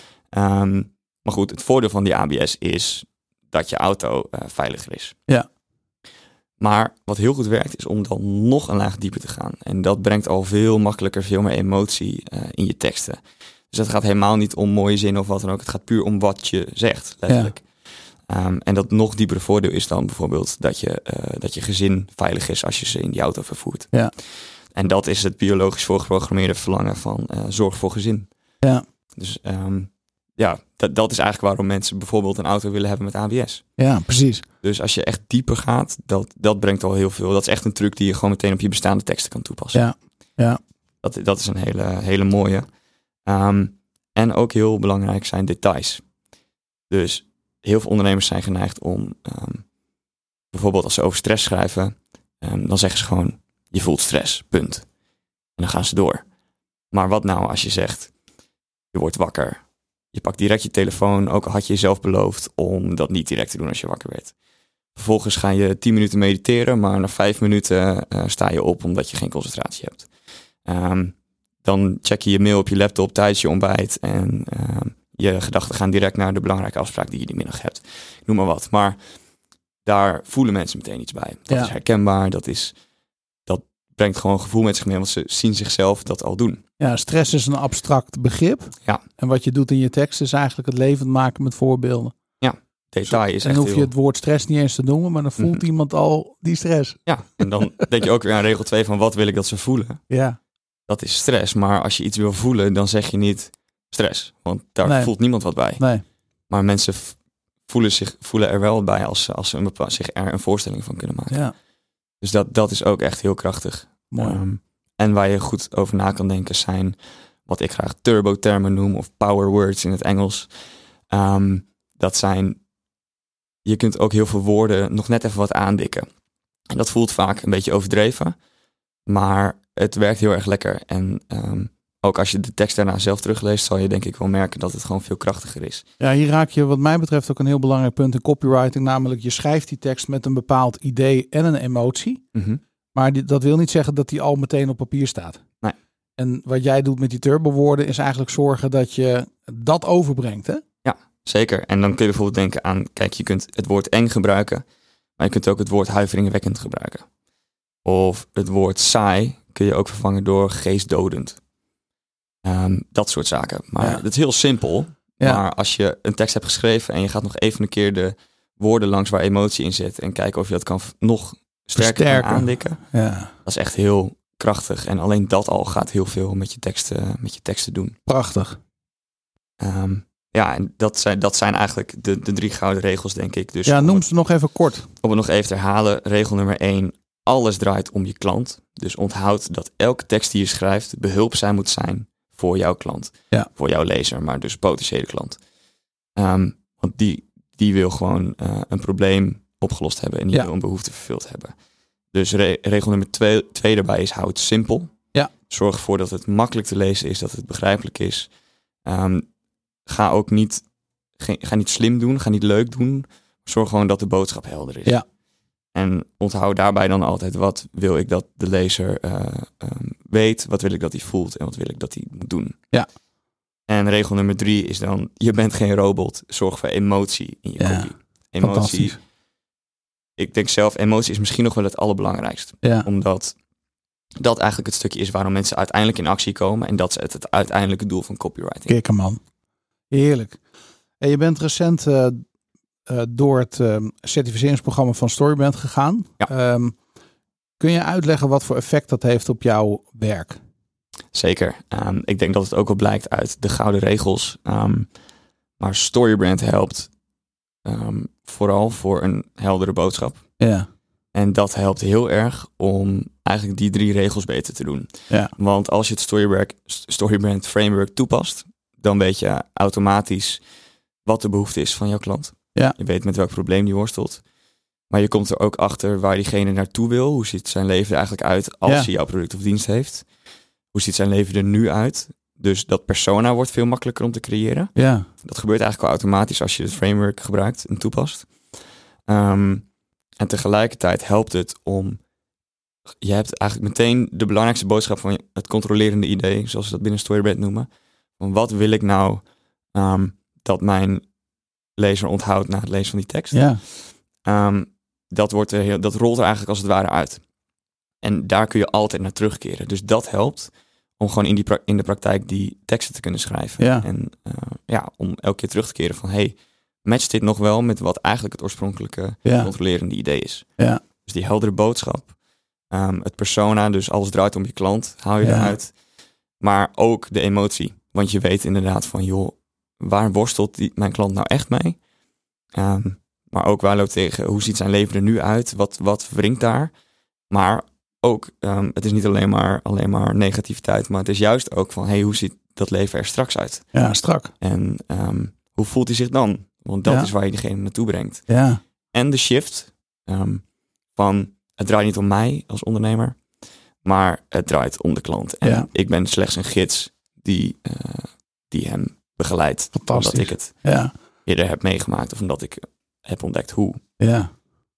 Um, maar goed, het voordeel van die A B S is dat je auto uh, veiliger is. Ja. Maar wat heel goed werkt, is om dan nog een laag dieper te gaan. En dat brengt al veel makkelijker, veel meer emotie uh, in je teksten. Dus het gaat helemaal niet om mooie zinnen of wat dan ook. Het gaat puur om wat je zegt, letterlijk. Ja. Um, en dat nog diepere voordeel is dan bijvoorbeeld dat je, uh, dat je gezin veilig is als je ze in die auto vervoert. Ja. En dat is het biologisch voorgeprogrammeerde verlangen van uh, zorg voor gezin. Ja. Dus um, ja, dat, dat is eigenlijk waarom mensen bijvoorbeeld een auto willen hebben met A B S. Ja, precies. Dus als je echt dieper gaat, dat, dat brengt al heel veel. Dat is echt een truc die je gewoon meteen op je bestaande teksten kan toepassen. Ja, ja. Dat, dat is een hele, hele mooie. Um, en ook heel belangrijk zijn details. Dus heel veel ondernemers zijn geneigd om, um, bijvoorbeeld als ze over stress schrijven, um, dan zeggen ze gewoon, je voelt stress, punt. En dan gaan ze door. Maar wat nou als je zegt, je wordt wakker. Je pakt direct je telefoon, ook al had je jezelf beloofd om dat niet direct te doen als je wakker werd. Vervolgens ga je tien minuten mediteren, maar na vijf minuten uh, sta je op omdat je geen concentratie hebt. Um, dan check je je mail op je laptop tijdens je ontbijt en uh, je gedachten gaan direct naar de belangrijke afspraak die je die middag hebt. Ik noem maar wat. Maar daar voelen mensen meteen iets bij. Dat ja. is herkenbaar, dat, is, dat brengt gewoon gevoel met zich mee, want ze zien zichzelf dat al doen. Ja, stress is een abstract begrip. Ja. En wat je doet in je tekst is eigenlijk het levend maken met voorbeelden. Ja, detail is en echt hoef je heel... het woord stress niet eens te noemen, maar dan voelt mm-hmm. iemand al die stress. Ja, en dan denk je ook weer aan regel twee van wat wil ik dat ze voelen. Ja. Dat is stress, maar als je iets wil voelen, dan zeg je niet stress. Want daar nee. voelt niemand wat bij. Nee. Maar mensen voelen, zich, voelen er wel bij als, als ze een bepaal, zich er een voorstelling van kunnen maken. Ja. Dus dat, dat is ook echt heel krachtig. Mooi. Um, en waar je goed over na kan denken zijn wat ik graag turbotermen noem of power words in het Engels. Um, dat zijn, je kunt ook heel veel woorden nog net even wat aandikken. En dat voelt vaak een beetje overdreven, maar het werkt heel erg lekker. En um, ook als je de tekst daarna zelf terugleest, zal je denk ik wel merken dat het gewoon veel krachtiger is. Ja, hier raak je wat mij betreft ook een heel belangrijk punt in copywriting. Namelijk, je schrijft die tekst met een bepaald idee en een emotie. Mm-hmm. Maar die, dat wil niet zeggen dat die al meteen op papier staat. Nee. En wat jij doet met die turbowoorden is eigenlijk zorgen dat je dat overbrengt, hè? Ja, zeker. En dan kun je bijvoorbeeld denken aan, kijk, je kunt het woord eng gebruiken, maar je kunt ook het woord huiveringwekkend gebruiken. Of het woord saai kun je ook vervangen door geestdodend. Um, dat soort zaken. Maar het ja. is heel simpel. Ja. Maar als je een tekst hebt geschreven en je gaat nog even een keer de woorden langs waar emotie in zit en kijken of je dat kan nog sterker kan aandikken. Ja. Dat is echt heel krachtig. En alleen dat al gaat heel veel met je teksten, met je teksten doen. Prachtig. Um, ja, en dat zijn, dat zijn eigenlijk de, de drie gouden regels, denk ik. Dus ja, noem ze nog even kort. Om het nog even te herhalen. Regel nummer één. Alles draait om je klant. Dus onthoud dat elke tekst die je schrijft behulpzaam moet zijn voor jouw klant. Ja. Voor jouw lezer, maar dus potentiële klant. Um, want die, die wil gewoon uh, een probleem opgelost hebben en die ja. wil een behoefte vervuld hebben. Dus re- regel nummer twee, twee daarbij is, hou het simpel. Ja. Zorg ervoor dat het makkelijk te lezen is, dat het begrijpelijk is. Um, ga ook niet, ge- ga niet slim doen, ga niet leuk doen. Zorg gewoon dat de boodschap helder is. Ja. En onthoud daarbij dan altijd, wat wil ik dat de lezer uh, um, weet, wat wil ik dat hij voelt en wat wil ik dat hij moet doen. Ja. En regel nummer drie is dan, je bent geen robot, zorg voor emotie in je ja. copy. Emotie, ik denk zelf, emotie is misschien nog wel het allerbelangrijkste. Ja. Omdat dat eigenlijk het stukje is waarom mensen uiteindelijk in actie komen en dat is het, het uiteindelijke doel van copywriting. Kikker man, heerlijk. En je bent recent uh, uh, door het uh, certificeringsprogramma van Storyband gegaan. Ja. Um, kun je uitleggen wat voor effect dat heeft op jouw werk? Zeker. Um, ik denk dat het ook wel blijkt uit de gouden regels. Um, maar Storybrand helpt um, vooral voor een heldere boodschap. Ja. En dat helpt heel erg om eigenlijk die drie regels beter te doen. Ja. Want als je het Storybrand, Storybrand framework toepast, dan weet je automatisch wat de behoefte is van jouw klant. Ja. Je weet met welk probleem die worstelt. Maar je komt er ook achter waar diegene naartoe wil. Hoe ziet zijn leven er eigenlijk uit als ja. hij jouw product of dienst heeft? Hoe ziet zijn leven er nu uit? Dus dat persona wordt veel makkelijker om te creëren. Ja. Dat gebeurt eigenlijk al automatisch als je het framework gebruikt en toepast. Um, en tegelijkertijd helpt het om... Je hebt eigenlijk meteen de belangrijkste boodschap van het controlerende idee, zoals we dat binnen Storybrand noemen. Van wat wil ik nou um, dat mijn lezer onthoudt na het lezen van die tekst? Ja. Um, dat, wordt er heel, dat rolt er eigenlijk als het ware uit. En daar kun je altijd naar terugkeren. Dus dat helpt om gewoon in, die pra- in de praktijk die teksten te kunnen schrijven. Ja. En uh, ja, om elke keer terug te keren van... hey, matcht dit nog wel met wat eigenlijk het oorspronkelijke ja. controlerende idee is. Ja. Dus die heldere boodschap, um, het persona, dus alles draait om je klant, haal je ja. eruit. Maar ook de emotie. Want je weet inderdaad van, joh, waar worstelt die, mijn klant nou echt mee? Um, maar ook waar loopt tegen, hoe ziet zijn leven er nu uit? Wat, wat wringt daar? Maar ook, um, het is niet alleen maar, alleen maar negativiteit, maar het is juist ook van, hey, hoe ziet dat leven er straks uit? Ja, strak. En um, hoe voelt hij zich dan? Want dat ja. is waar je diegene naartoe brengt. Ja. En de shift um, van, het draait niet om mij als ondernemer, maar het draait om de klant. En ja. ik ben slechts een gids die, uh, die hem begeleidt. Fantastisch. Omdat ik het ja. eerder heb meegemaakt of omdat ik heb ontdekt hoe. Ja.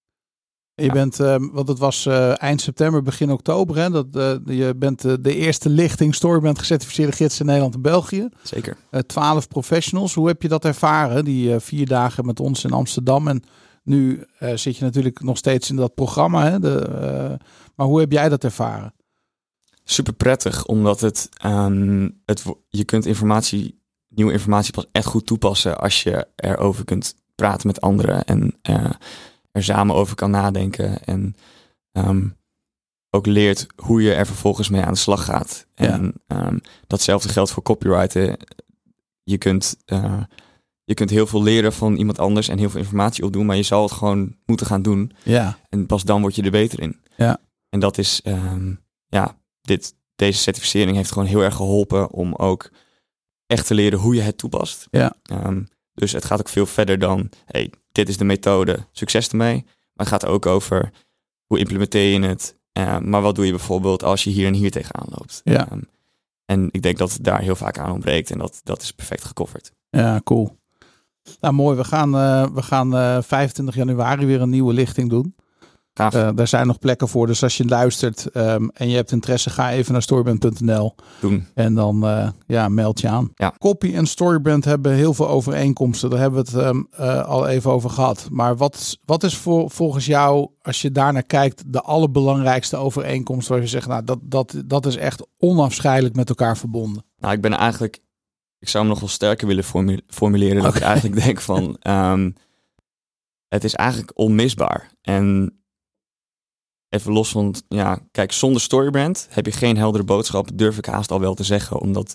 Je ja. bent, uh, want het was uh, eind september, begin oktober. Hè? Dat, uh, je bent uh, de eerste lichting Storybrand gecertificeerde gids in Nederland en België. Zeker. Twaalf uh, professionals. Hoe heb je dat ervaren? Die uh, vier dagen met ons in Amsterdam. En nu uh, zit je natuurlijk nog steeds in dat programma. Hè? De, uh, maar hoe heb jij dat ervaren? Super prettig, omdat het, um, het je kunt informatie, nieuwe informatie pas echt goed toepassen als je erover kunt praten met anderen en uh, er samen over kan nadenken en um, ook leert hoe je er vervolgens mee aan de slag gaat. Ja. En um, datzelfde geldt voor copywriten. Je kunt, uh, je kunt heel veel leren van iemand anders en heel veel informatie opdoen, maar je zal het gewoon moeten gaan doen. Ja. En pas dan word je er beter in. Ja. En dat is, um, ja, dit, deze certificering heeft gewoon heel erg geholpen om ook echt te leren hoe je het toepast. Ja. Um, dus het gaat ook veel verder dan, hey, dit is de methode, succes ermee. Maar het gaat ook over, hoe implementeer je het? Uh, maar wat doe je bijvoorbeeld als je hier en hier tegenaan loopt? Ja. Um, en ik denk dat het daar heel vaak aan ontbreekt. En dat, dat is perfect gecoverd. Ja, cool. Nou, mooi. We gaan, uh, we gaan uh, vijfentwintig januari weer een nieuwe lichting doen. Gaaf. Uh, daar zijn nog plekken voor. Dus als je luistert um, en je hebt interesse, ga even naar storybrand punt n l. Doen. En dan uh, ja, meld je aan. Ja. Copy en Storybrand hebben heel veel overeenkomsten. Daar hebben we het um, uh, al even over gehad. Maar wat, wat is voor, volgens jou, als je daarnaar kijkt, de allerbelangrijkste overeenkomst waar je zegt, nou, dat, dat, dat is echt onafscheidelijk met elkaar verbonden? Nou, ik ben eigenlijk, ik zou hem nog wel sterker willen formu- formuleren. Okay. Dat ik eigenlijk denk van, um, het is eigenlijk onmisbaar. En even los van, ja, kijk, zonder Storybrand heb je geen heldere boodschap, durf ik haast al wel te zeggen. Omdat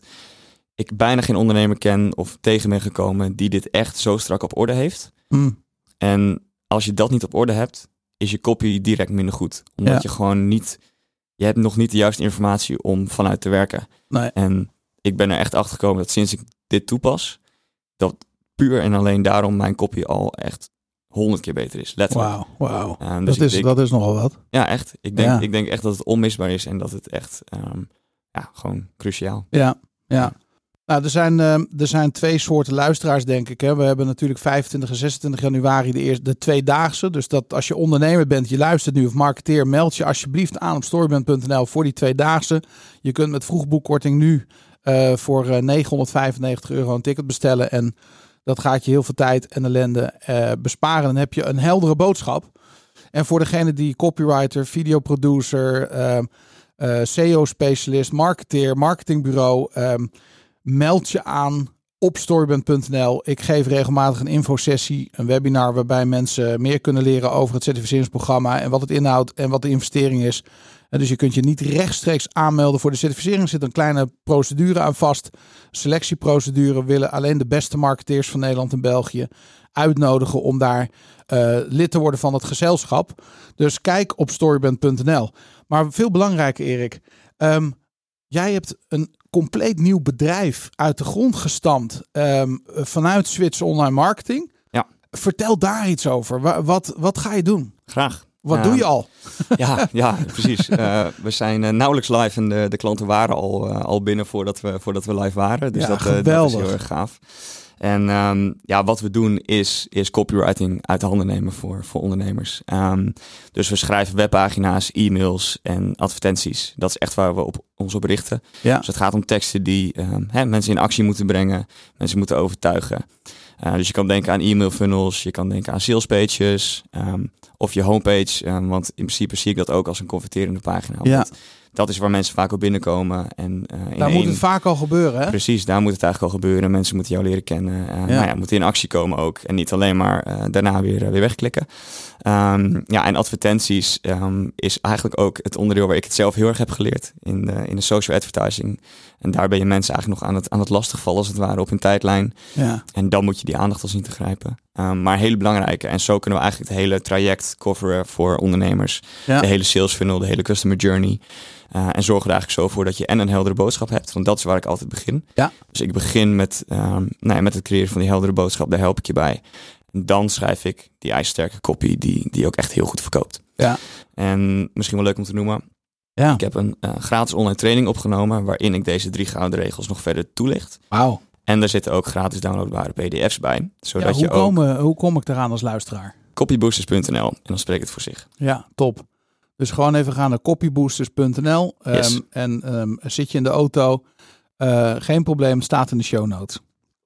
ik bijna geen ondernemer ken of tegen ben gekomen die dit echt zo strak op orde heeft. Mm. En als je dat niet op orde hebt, is je copy direct minder goed. Omdat ja. je gewoon niet, je hebt nog niet de juiste informatie om vanuit te werken. Nee. En ik ben er echt achter gekomen dat sinds ik dit toepas, dat puur en alleen daarom mijn copy al echt honderd keer beter is. Letterlijk. Wauw, wauw. Um, dus dat, is, denk, dat is nogal wat. Ja, echt. Ik denk, ja. ik denk echt dat het onmisbaar is en dat het echt um, ja, gewoon cruciaal. Ja, ja. Nou, er zijn, uh, er zijn twee soorten luisteraars, denk ik. Hè. We hebben natuurlijk vijfentwintig en zesentwintig januari de, eerste, de tweedaagse. Dus dat als je ondernemer bent, je luistert nu of marketeer, meld je alsjeblieft aan op storybrand punt n l voor die tweedaagse. Je kunt met vroegboekkorting nu uh, voor uh, negenhonderdvijfennegentig euro een ticket bestellen. En dat gaat je heel veel tijd en ellende uh, besparen. Dan heb je een heldere boodschap. En voor degene die copywriter, videoproducer, uh, uh, S E O-specialist, marketeer, marketingbureau, um, meld je aan op storybrand punt n l. Ik geef regelmatig een infosessie, een webinar waarbij mensen meer kunnen leren over het certificeringsprogramma en wat het inhoudt en wat de investering is. En dus je kunt je niet rechtstreeks aanmelden voor de certificering. Er zit een kleine procedure aan vast. Selectieprocedure. Willen alleen de beste marketeers van Nederland en België uitnodigen om daar uh, lid te worden van het gezelschap. Dus kijk op storybrand punt n l. Maar veel belangrijker, Erik. Um, jij hebt een compleet nieuw bedrijf uit de grond gestampt um, vanuit Switch Online Marketing. Ja. Vertel daar iets over. Wat, wat, wat ga je doen? Graag. Wat uh, doe je al? Ja, ja precies. Uh, we zijn uh, nauwelijks live en de, de klanten waren al, uh, al binnen voordat we, voordat we live waren. Dus ja, dat, uh, dat is heel erg gaaf. En um, ja, wat we doen is, is copywriting uit de handen nemen voor, voor ondernemers. Um, dus we schrijven webpagina's, e-mails en advertenties. Dat is echt waar we op, ons op richten. Ja. Dus het gaat om teksten die um, hè, mensen in actie moeten brengen. Mensen moeten overtuigen. Uh, dus je kan denken aan e-mail funnels, je kan denken aan sales pages um, of je homepage. Um, want in principe zie ik dat ook als een converterende pagina. Ja. Want dat is waar mensen vaak op binnenkomen. En, uh, in daar één... moet het vaak al gebeuren, hè? Precies, daar moet het eigenlijk al gebeuren. Mensen moeten jou leren kennen. Uh, ja. Nou ja, moeten in actie komen ook. En niet alleen maar uh, daarna weer, uh, weer wegklikken. Um, ja, en advertenties um, is eigenlijk ook het onderdeel waar ik het zelf heel erg heb geleerd. In de, in de social advertising. En daar ben je mensen eigenlijk nog aan het, aan het lastigvallen als het ware op hun tijdlijn. Ja. En dan moet je die aandacht al zien te grijpen. Um, maar een hele belangrijke. En zo kunnen we eigenlijk het hele traject coveren voor ondernemers. Ja. De hele sales funnel, de hele customer journey. Uh, en zorg er eigenlijk zo voor dat je en een heldere boodschap hebt. Want dat is waar ik altijd begin. Ja. Dus ik begin met, um, nou ja, met het creëren van die heldere boodschap. Daar help ik je bij. En dan schrijf ik die ijzersterke copy die, die ook echt heel goed verkoopt. Ja. En misschien wel leuk om te noemen. Ja. Ik heb een uh, gratis online training opgenomen waarin ik deze drie gouden regels nog verder toelicht. Wauw. En daar zitten ook gratis downloadbare P D F's bij. Zodat ja, hoe, je ook... komen, hoe kom ik eraan als luisteraar? copyboosters punt n l en dan spreekt het voor zich. Ja, top. Dus gewoon even gaan naar copyboosters punt n l um, yes. en um, zit je in de auto, uh, geen probleem, staat in de show notes.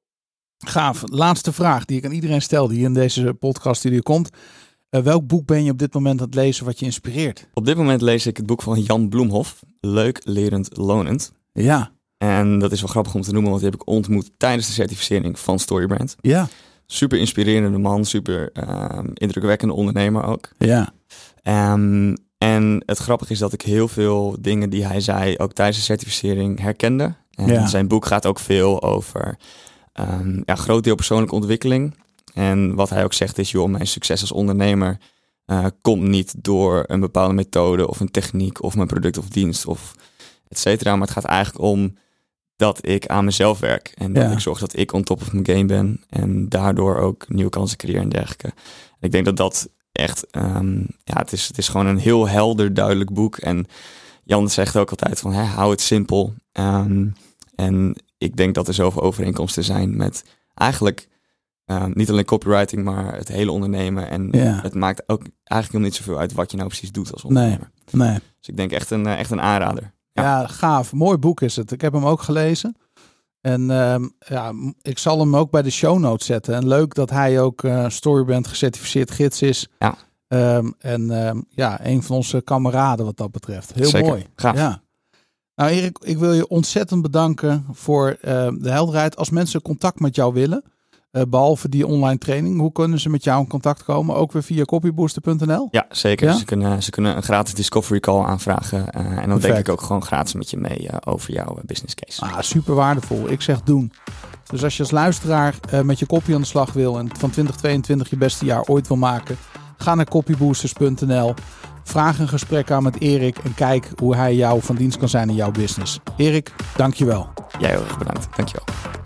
Gaaf. Laatste vraag die ik aan iedereen stel die in deze podcast die hier komt. Uh, welk boek ben je op dit moment aan het lezen wat je inspireert? Op dit moment lees ik het boek van Jan Bloemhof. Leuk, lerend, lonend. Ja. En dat is wel grappig om te noemen, want die heb ik ontmoet tijdens de certificering van Storybrand. Ja. Super inspirerende man, super uh, indrukwekkende ondernemer ook. Ja. Um, en het grappige is dat ik heel veel dingen die hij zei ook tijdens de certificering herkende. En ja. Zijn boek gaat ook veel over um, ja, groot deel persoonlijke ontwikkeling. En wat hij ook zegt is, joh, mijn succes als ondernemer uh, komt niet door een bepaalde methode of een techniek of mijn product of dienst of et cetera. Maar het gaat eigenlijk om dat ik aan mezelf werk. En dat ja. ik zorg dat ik on top of mijn game ben. En daardoor ook nieuwe kansen creëer en dergelijke. En ik denk dat dat echt, um, ja, het is, het is gewoon een heel helder, duidelijk boek. En Jan zegt ook altijd van, hè, hou het simpel. Um, en ik denk dat er zoveel overeenkomsten zijn met eigenlijk uh, niet alleen copywriting, maar het hele ondernemen. En ja. het maakt ook eigenlijk helemaal niet zoveel uit wat je nou precies doet als ondernemer. Nee, nee. Dus ik denk echt een, echt een aanrader. Ja. ja, gaaf. Mooi boek is het. Ik heb hem ook gelezen. En uh, ja, ik zal hem ook bij de show notes zetten. En leuk dat hij ook uh, Storybrand gecertificeerd gids is. Ja. Um, en um, ja, een van onze kameraden wat dat betreft. Heel Zeker. Mooi. Gaaf. Ja. Nou Erik, ik wil je ontzettend bedanken voor uh, de helderheid. Als mensen contact met jou willen, uh, behalve die online training, hoe kunnen ze met jou in contact komen? Ook weer via copybooster punt n l? Ja, zeker. Ja? Ze, kunnen, ze kunnen een gratis discovery call aanvragen. Uh, en dan Perfect. denk ik ook gewoon gratis met je mee uh, over jouw business case. Ah, super waardevol. Ik zeg doen. Dus als je als luisteraar uh, met je copy aan de slag wil en van twintig tweeëntwintig je beste jaar ooit wil maken, ga naar copyboosters punt n l. Vraag een gesprek aan met Erik en kijk hoe hij jou van dienst kan zijn in jouw business. Erik, dankjewel. Jij heel erg bedankt. Dankjewel.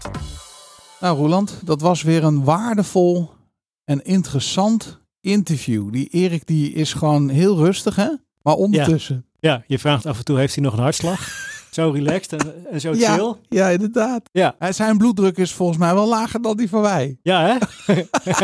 Nou Roeland, dat was weer een waardevol en interessant interview. Die Erik die is gewoon heel rustig, hè? Maar ondertussen. Ja, ja, je vraagt af en toe, heeft hij nog een hartslag? Zo relaxed en, en zo ja, chill. Ja, inderdaad. Ja. Zijn bloeddruk is volgens mij wel lager dan die van mij. Ja, hè?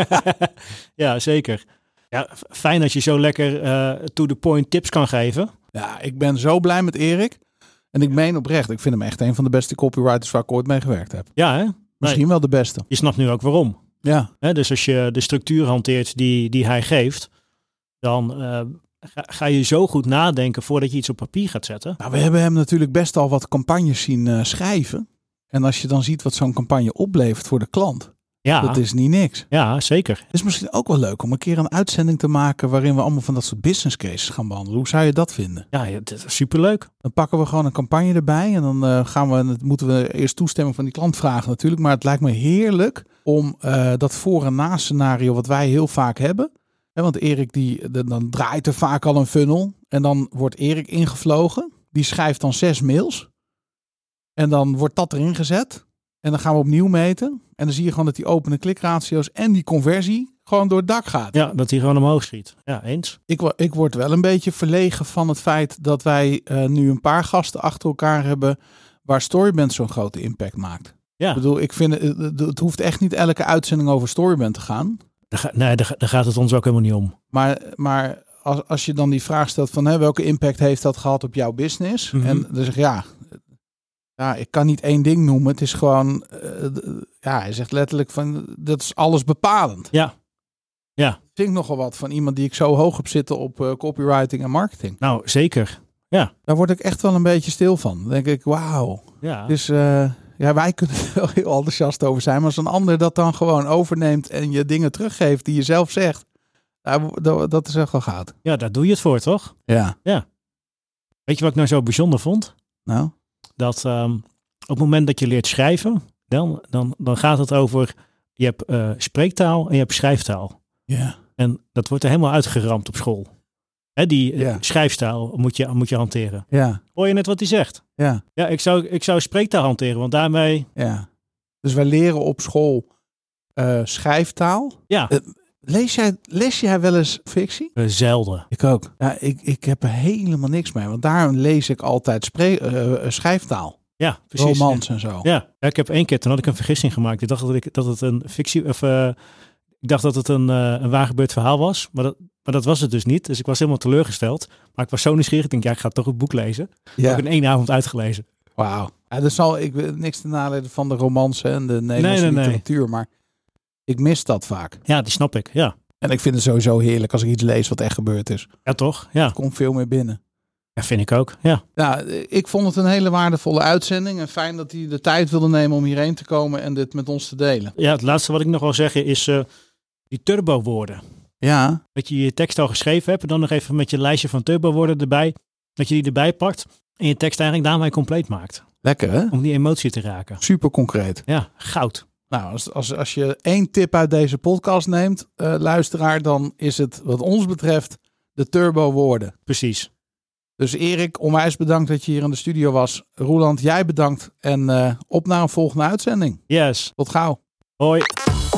Ja, zeker. Ja, fijn dat je zo lekker uh, to the point tips kan geven. Ja, ik ben zo blij met Erik. En ik meen oprecht, ik vind hem echt een van de beste copywriters waar ik ooit mee gewerkt heb. Ja, hè? Misschien nee, wel de beste. Je snapt nu ook waarom. Ja. Hè, dus als je de structuur hanteert die, die hij geeft, dan uh, ga, ga je zo goed nadenken voordat je iets op papier gaat zetten. Nou, we hebben hem natuurlijk best al wat campagnes zien uh, schrijven. En als je dan ziet wat zo'n campagne oplevert voor de klant. Ja. Dat is niet niks. Ja, zeker. Het is misschien ook wel leuk om een keer een uitzending te maken waarin we allemaal van dat soort business cases gaan behandelen. Hoe zou je dat vinden? Ja, dat is superleuk. Dan pakken we gewoon een campagne erbij en dan uh, gaan we, moeten we eerst toestemming van die klant vragen natuurlijk. Maar het lijkt me heerlijk om uh, dat voor- en na scenario wat wij heel vaak hebben. Hè, want Erik, die, de, dan draait er vaak al een funnel en dan wordt Erik ingevlogen. Die schrijft dan zes mails en dan wordt dat erin gezet. En dan gaan we opnieuw meten. En dan zie je gewoon dat die open- en klikratio's en die conversie gewoon door het dak gaat. Ja, dat die gewoon omhoog schiet. Ja, eens. Ik, ik word wel een beetje verlegen van het feit dat wij uh, nu een paar gasten achter elkaar hebben waar Storybrand zo'n grote impact maakt. Ja. Ik bedoel, ik vind het, het hoeft echt niet elke uitzending over Storybrand te gaan. Ga, nee, daar, daar gaat het ons ook helemaal niet om. Maar, maar als, als je dan die vraag stelt van hè, welke impact heeft dat gehad op jouw business? Mm-hmm. En dan zeg je ja... Ja, ik kan niet één ding noemen. Het is gewoon, uh, ja, hij zegt letterlijk van, dat is alles bepalend. Ja. Ja. Ik vind nogal wat van iemand die ik zo hoog heb zitten op uh, copywriting en marketing. Nou, zeker. Ja. Daar word ik echt wel een beetje stil van. Dan denk ik, wauw. Ja. Dus uh, ja, wij kunnen er wel heel enthousiast over zijn. Maar als een ander dat dan gewoon overneemt en je dingen teruggeeft die je zelf zegt. Nou, dat is echt wel goud. Ja, daar doe je het voor, toch? Ja. Ja. Weet je wat ik nou zo bijzonder vond? Nou? Dat um, op het moment dat je leert schrijven, dan, dan, dan gaat het over, je hebt uh, spreektaal en je hebt schrijftaal. Ja. En dat wordt er helemaal uitgeramd op school. Hè, die ja. uh, schrijfstijl moet je, moet je hanteren. Ja. Hoor je net wat hij zegt? Ja. Ja, ik zou, ik zou spreektaal hanteren, want daarmee... Ja. Dus wij leren op school uh, schrijftaal. Ja. Uh, lees jij, lees jij wel eens fictie? Uh, zelden. Ik ook. Ja, ik, ik heb er helemaal niks mee, want daarom lees ik altijd spree, uh, schrijftaal. Ja, precies. Romans ja. en zo. Ja. ja, ik heb één keer, toen had ik een vergissing gemaakt. Ik dacht dat, ik, dat het een fictie... Of, uh, ik dacht dat het een, uh, een waar gebeurd verhaal was, maar dat, maar dat was het dus niet. Dus ik was helemaal teleurgesteld. Maar ik was zo nieuwsgierig. Ik denk, ja, ik ga toch het boek lezen. Ja. Heb ik in één avond uitgelezen. Wauw. Ja, dat zal ik niks te nadelen van de romans en de Nederlandse nee, nee, literatuur, nee. maar ik mis dat vaak. Ja, die snap ik, ja. En ik vind het sowieso heerlijk als ik iets lees wat echt gebeurd is. Ja, toch? Ja. Er komt veel meer binnen. Ja, vind ik ook, ja. Ja, ik vond het een hele waardevolle uitzending. En fijn dat hij de tijd wilde nemen om hierheen te komen en dit met ons te delen. Ja, het laatste wat ik nog wil zeggen is uh, die turbo-woorden. Ja. Dat je je tekst al geschreven hebt en dan nog even met je lijstje van turbo-woorden erbij. Dat je die erbij pakt en je tekst eigenlijk daarmee compleet maakt. Lekker, hè? Om die emotie te raken. Super concreet. Ja, goud. Nou, als, als, als je één tip uit deze podcast neemt, uh, luisteraar, dan is het wat ons betreft de turbo-woorden. Precies. Dus Erik, onwijs bedankt dat je hier in de studio was. Roeland, jij bedankt en uh, op naar een volgende uitzending. Yes. Tot gauw. Hoi.